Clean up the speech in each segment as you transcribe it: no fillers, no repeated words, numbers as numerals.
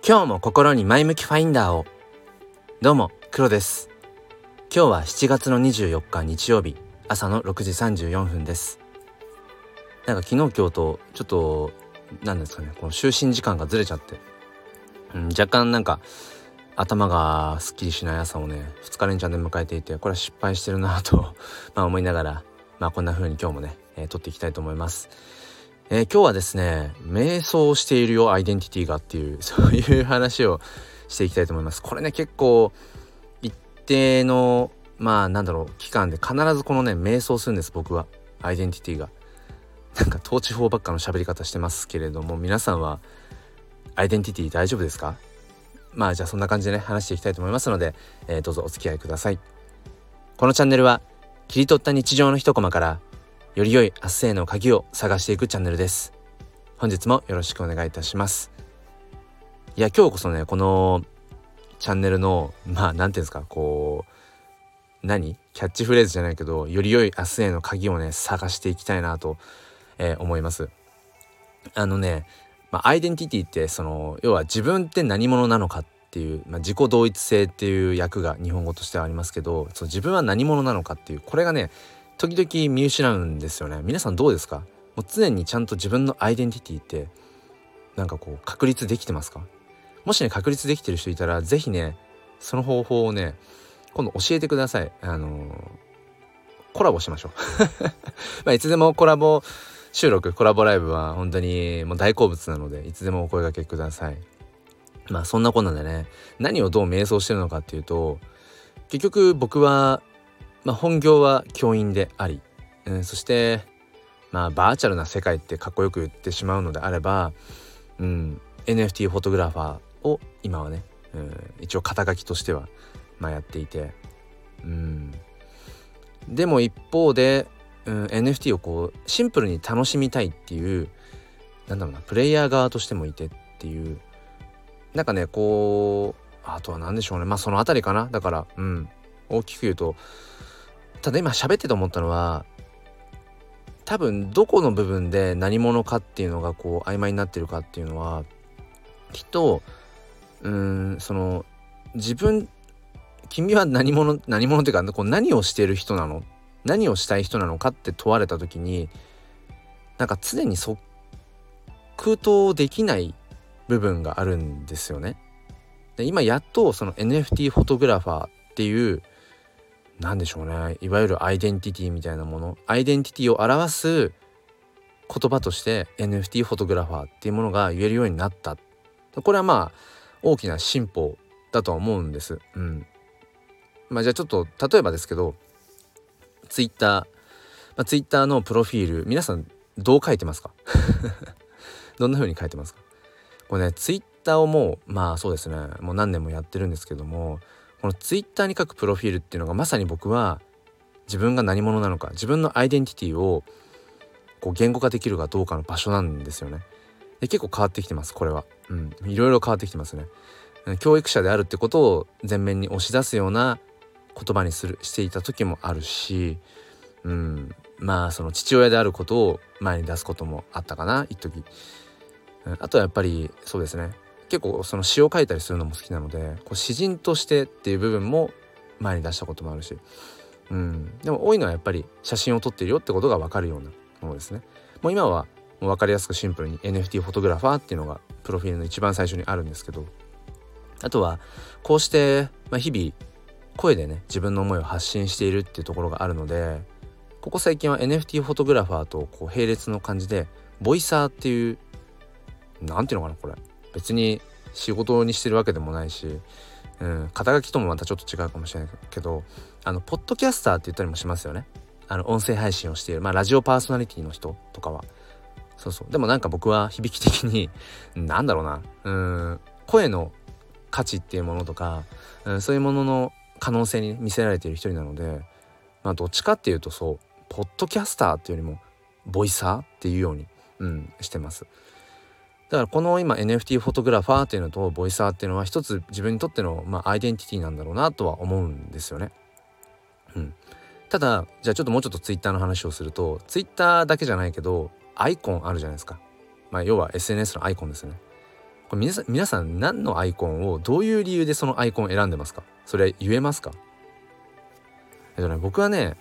今日も心に前向きファインダーを。どうも黒です。今日は7月の24日日曜日朝の6時34分です。なんか昨日今日とちょっと何ですかね、この就寝時間がずれちゃって、若干なんか頭がすっきりしない朝をね2日連チャンで迎えていて、これは失敗してるなと思いながら、こんな風に今日もね、撮っていきたいと思います。今日はですね、瞑想しているよアイデンティティがっていうそういう話をしていきたいと思います。これね結構一定の期間で必ずこのね瞑想するんです。僕はアイデンティティがなんか統治法ばっかの喋り方してますけれども、皆さんはアイデンティティ大丈夫ですか？じゃあそんな感じでね話していきたいと思いますので、どうぞお付き合いください。このチャンネルは切り取った日常の一コマからより良い明日への鍵を探していくチャンネルです。本日もよろしくお願いいたします。いや今日こそねこのチャンネルのなんていうんですか、キャッチフレーズじゃないけど、より良い明日への鍵をね探していきたいなと、思います。アイデンティティって要は自分って何者なのかっていう、自己同一性っていう訳が日本語としてはありますけど、自分は何者なのかっていう、これがね時々見失うんですよね。皆さんどうですか？もう常にちゃんと自分のアイデンティティって確立できてますか？もしね確立できてる人いたらぜひねその方法をね今度教えてください。コラボしましょういつでもコラボ収録、コラボライブは本当にもう大好物なので、いつでもお声掛けください。そんなこんなでね、何をどう瞑想してるのかっていうと、結局僕は本業は教員であり、そしてバーチャルな世界ってかっこよく言ってしまうのであれば、NFT フォトグラファーを今はね、一応肩書きとしてはやっていて、でも一方で、NFT をシンプルに楽しみたいっていう、プレイヤー側としてもいてっていう、あとは何でしょうね、そのあたりかな。だから大きく言うと、ただ今喋ってて思ったのは、多分どこの部分で何者かっていうのが曖昧になってるかっていうのは、きっと君は何者っていうか、何をしてる人なの、何をしたい人なのかって問われた時に、常に即答できない部分があるんですよね。で今やっとその NFT フォトグラファーっていうなんでしょうね、いわゆるアイデンティティみたいなもの、アイデンティティを表す言葉として NFT フォトグラファーっていうものが言えるようになった。これは大きな進歩だとは思うんです。じゃあちょっと例えばですけど、ツイッターのプロフィール、皆さんどう書いてますか？どんな風に書いてますか？これね、ツイッターをもうそうですね、もう何年もやってるんですけども、このツイッターに書くプロフィールっていうのがまさに僕は自分が何者なのか、自分のアイデンティティを言語化できるかどうかの場所なんですよね。で結構変わってきてます、これは。いろいろ変わってきてますね。教育者であるってことを前面に押し出すような言葉にしていた時もあるし、その父親であることを前に出すこともあったかな、一時。あとはやっぱりそうですね、結構その詩を書いたりするのも好きなので、詩人としてっていう部分も前に出したこともあるし、でも多いのはやっぱり写真を撮っているよってことが分かるようなものですね。もう今はもう分かりやすくシンプルに NFT フォトグラファーっていうのがプロフィールの一番最初にあるんですけど、あとはこうして日々声でね自分の思いを発信しているっていうところがあるので、ここ最近は NFT フォトグラファーと並列の感じでボイサーっていう、なんていうのかな、これ別に仕事にしてるわけでもないし、肩書きともまたちょっと違うかもしれないけど、ポッドキャスターって言ったりもしますよね。音声配信をしている、ラジオパーソナリティの人とかは。でも僕は響き的に声の価値っていうものとか、そういうものの可能性に見せられている一人なので、どっちかっていうとポッドキャスターっていうよりもボイサーっていうように、してます。だからこの今 NFT フォトグラファーっていうのとボイサーっていうのは一つ自分にとってのアイデンティティなんだろうなとは思うんですよね。ただじゃあちょっともうちょっとツイッターの話をすると、ツイッターだけじゃないけどアイコンあるじゃないですか。要は SNS のアイコンですね。 これ皆さん何のアイコンをどういう理由でそのアイコンを選んでますか？それ言えますか？僕はね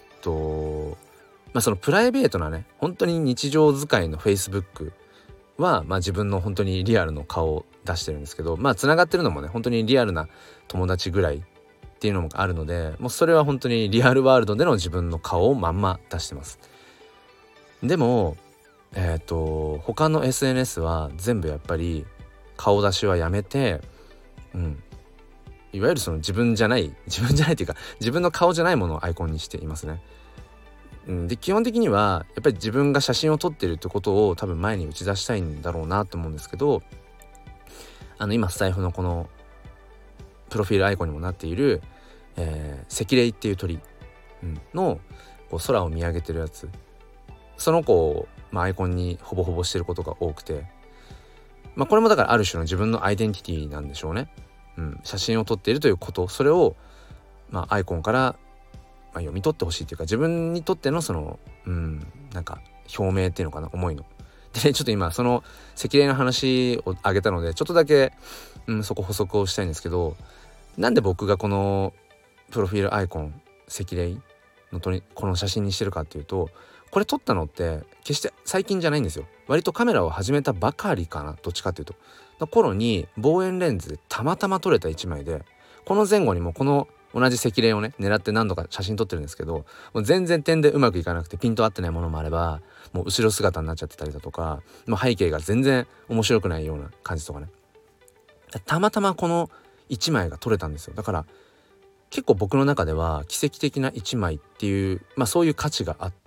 そのプライベートなね本当に日常使いの Facebook は自分の本当にリアルの顔を出してるんですけど、つながってるのもね本当にリアルな友達ぐらいっていうのもあるので、もうそれは本当にリアルワールドでの自分の顔をまんま出してます。でも他の SNS は全部やっぱり顔出しはやめて、いわゆるその自分じゃないっていうか自分の顔じゃないものをアイコンにしていますね。で基本的にはやっぱり自分が写真を撮ってるってことを多分前に打ち出したいんだろうなと思うんですけど、今スタイフのこのプロフィールアイコンにもなっている、セキレイっていう鳥、のこう空を見上げてるやつ、その子を、アイコンにほぼほぼしてることが多くて、これもだからある種の自分のアイデンティティなんでしょうね。写真を撮っているということ、それを、アイコンから、読み取ってほしいというか、自分にとってのそのなんか表明っていうのかな、思いの。でね、ちょっと今そのセキレイの話を挙げたのでちょっとだけ、そこ補足をしたいんですけど、なんで僕がこのプロフィールアイコンセキレイのこの写真にしてるかっていうと、これ撮ったのって決して最近じゃないんですよ。割とカメラを始めたばかりかな、どっちかっていうとの頃に望遠レンズでたまたま撮れた一枚で、この前後にもこの同じ赤霊をね狙って何度か写真撮ってるんですけど、もう全然点でうまくいかなくてピント合ってないものもあれば、もう後ろ姿になっちゃってたりだとか、もう背景が全然面白くないような感じとかね、たまたまこの一枚が撮れたんですよ。だから結構僕の中では奇跡的な一枚っていう、そういう価値があって、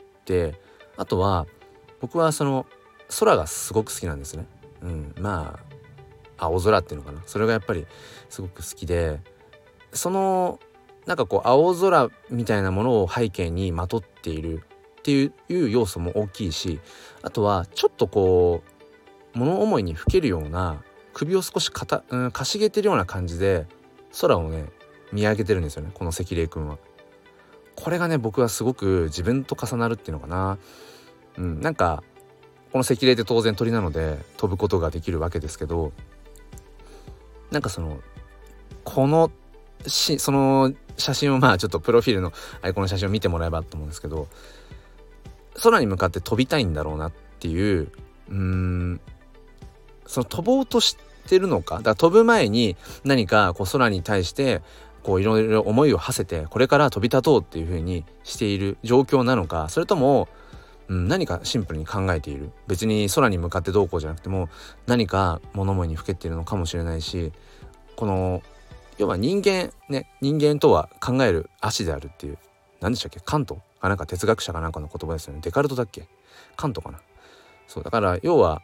あとは僕はその空がすごく好きなんですね。青空っていうのかな、それがやっぱりすごく好きで、そのなんかこう青空みたいなものを背景にまとっているっていう要素も大きいし、あとはちょっとこう物思いにふけるような、首を少しかしげてるような感じで空をね見上げてるんですよね、この赤霊くんは。これがね僕はすごく自分と重なるっていうのかな。なんかこの赤霊って当然鳥なので飛ぶことができるわけですけど、なんかその写真をちょっとプロフィールのアイコンの写真を見てもらえばと思うんですけど、空に向かって飛びたいんだろうなっていう、その飛ぼうとしてるのか、だから飛ぶ前に何かこう空に対してこういろいろ思いを馳せてこれから飛び立とうっていう風にしている状況なのか、それとも、何かシンプルに考えている、別に空に向かってどうこうじゃなくても何か物思いにふけているのかもしれないし、この要は人間とは考える足であるっていう、何でしたっけ、カントかなんか哲学者かなんかの言葉ですよね。デカルトだっけ、カントかな。そうだから要は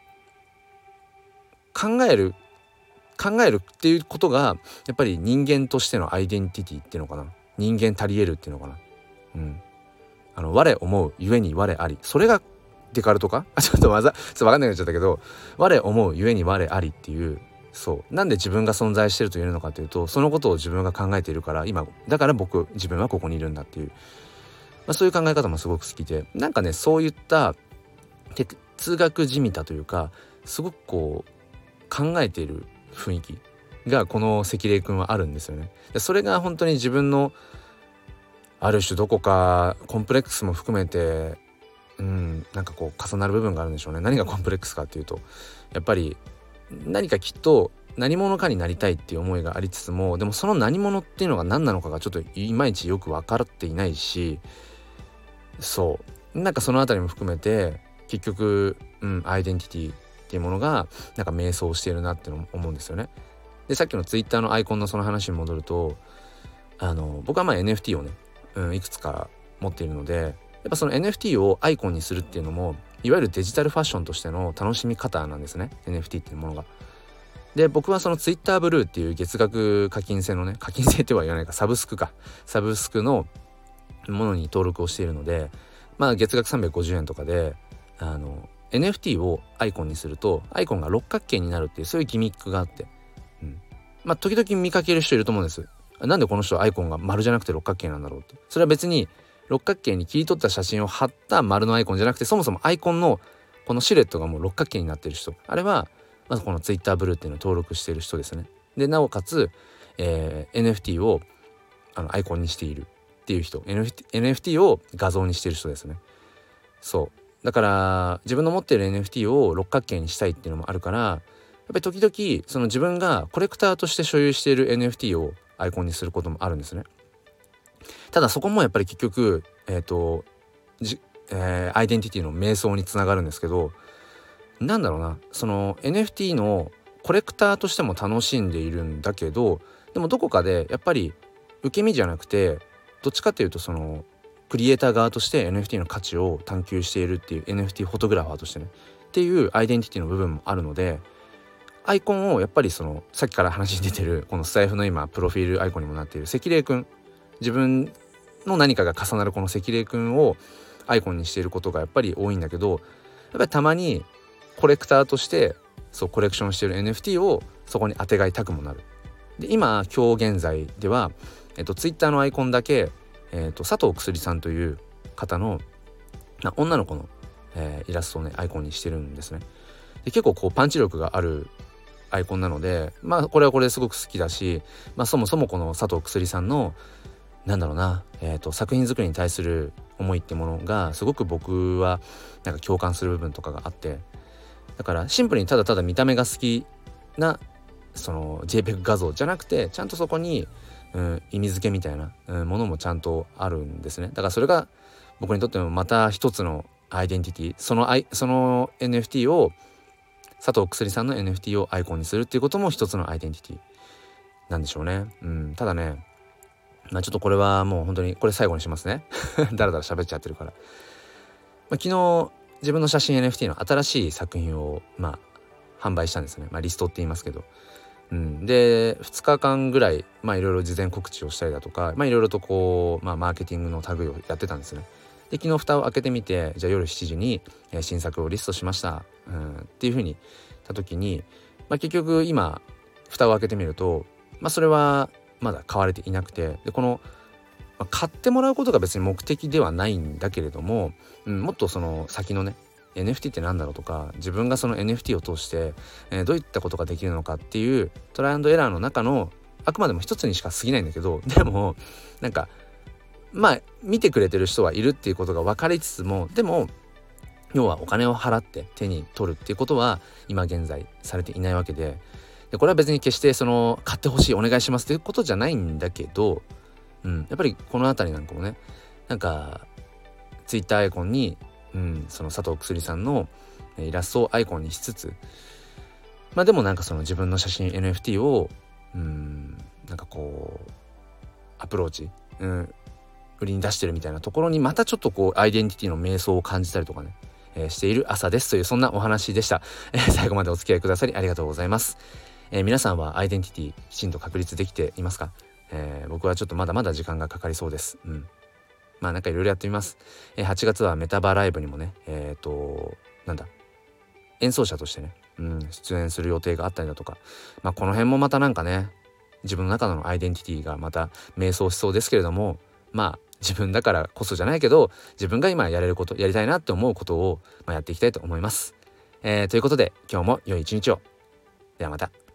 考えるっていうことがやっぱり人間としてのアイデンティティっていうのかな、人間足り得るっていうのかな。我思うゆえに我あり、それがデカルトかちょっと分かんなくなっちゃったけど、我思うゆえに我ありっていう、そうなんで自分が存在してると言えるのかというと、そのことを自分が考えているから、今だから自分はここにいるんだっていう、そういう考え方もすごく好きで、なんかねそういった哲学じみたというか、すごくこう考えている雰囲気がこの赤霊くんはあるんですよね。でそれが本当に自分のある種どこかコンプレックスも含めてなんかこう重なる部分があるんでしょうね。何がコンプレックスかっていうと、やっぱり何かきっと何者かになりたいっていう思いがありつつも、でもその何者っていうのが何なのかがちょっといまいちよく分かっていないし、そうなんかそのあたりも含めて結局、アイデンティティっていうものがなんか迷走しているなっての思うんですよね。でさっきのツイッターのアイコンのその話に戻ると、僕はNFT をね、いくつか持っているので、やっぱその NFT をアイコンにするっていうのもいわゆるデジタルファッションとしての楽しみ方なんですね、 NFT っていうものが。で僕はその Twitter ブルーっていう月額課金制のね、課金制っては言わないか、サブスクのものに登録をしているので、月額350円とかでNFT をアイコンにするとアイコンが六角形になるっていう、そういうギミックがあって、時々見かける人いると思うんです。なんでこの人アイコンが丸じゃなくて六角形なんだろうって。それは別に六角形に切り取った写真を貼った丸のアイコンじゃなくて、そもそもアイコンのこのシルエットがもう六角形になってる人、あれはまずこの Twitter ブルーっていうのを登録している人ですね。でなおかつ、NFT をアイコンにしているっていう人、 NFT を画像にしている人ですね。そうだから自分の持っている NFT を六角形にしたいっていうのもあるから、やっぱり時々その自分がコレクターとして所有している NFT をアイコンにすることもあるんですね。ただそこもやっぱり結局アイデンティティの迷走につながるんですけど、なんだろうな、その NFT のコレクターとしても楽しんでいるんだけど、でもどこかでやっぱり受け身じゃなくて、どっちかっていうとそのクリエイター側として NFT の価値を探求しているっていう、 NFT フォトグラファーとしてねっていうアイデンティティの部分もあるので、アイコンをやっぱりそのさっきから話に出てるこのスタイフの今プロフィールアイコンにもなっている赤霊くん、自分の何かが重なるこの赤霊くんをアイコンにしていることがやっぱり多いんだけど、やっぱりたまにコレクターとしてそうコレクションしている NFT をそこにあてがいたくもなる。で今現在では、Twitter のアイコンだけ、佐藤くすりさんという方の女の子の、イラストをねアイコンにしてるんですね。で結構こうパンチ力があるアイコンなので、これはこれですごく好きだし、そもそもこの佐藤くすりさんのなんだろうな、作品作りに対する思いってものがすごく僕はなんか共感する部分とかがあって、だからシンプルにただただ見た目が好きなその JPEG 画像じゃなくて、ちゃんとそこに、意味付けみたいな、ものもちゃんとあるんですね。だからそれが僕にとってもまた一つのアイデンティティ、その NFT を佐藤くすりさんの NFT をアイコンにするっていうことも一つのアイデンティティなんでしょうね。ただね、ちょっとこれはもう本当にこれ最後にしますね。だらだら喋っちゃってるから。昨日自分の写真 NFT の新しい作品を販売したんですね。リストって言いますけど、で2日間ぐらいいろいろ事前告知をしたりだとか、いろいろとこう、マーケティングの類をやってたんですね。で昨日蓋を開けてみて、じゃあ夜7時に、新作をリストしました、っていう風に言った時に、結局今蓋を開けてみると、それはまだ買われていなくて、でこの、買ってもらうことが別に目的ではないんだけれども、もっとその先のね NFT ってなんだろうとか、自分がその NFT を通して、どういったことができるのかっていうトライアンドエラーの中のあくまでも一つにしか過ぎないんだけど、でもなんか見てくれてる人はいるっていうことが分かりつつも、でも要はお金を払って手に取るっていうことは今現在されていないわけで、これは別に決してその買ってほしいお願いしますっていうことじゃないんだけど、やっぱりこのあたりなんかもね、なんかツイッターアイコンに、その佐藤くすりさんのイラストをアイコンにしつつ、でもなんかその自分の写真 NFT をなんかこうアプローチ、売りに出してるみたいなところにまたちょっとこうアイデンティティの迷走を感じたりとかね、している朝ですという、そんなお話でした。最後までお付き合いくださりありがとうございます。皆さんはアイデンティティきちんと確立できていますか？僕はちょっとまだまだ時間がかかりそうです。なんかいろいろやってみます。8月はメタバライブにもね、演奏者としてね、出演する予定があったりだとか、この辺もまたなんかね、自分の中のアイデンティティがまた迷走しそうですけれども、自分だからこそじゃないけど、自分が今やれること、やりたいなって思うことを、やっていきたいと思います。ということで今日も良い一日を。ではまた。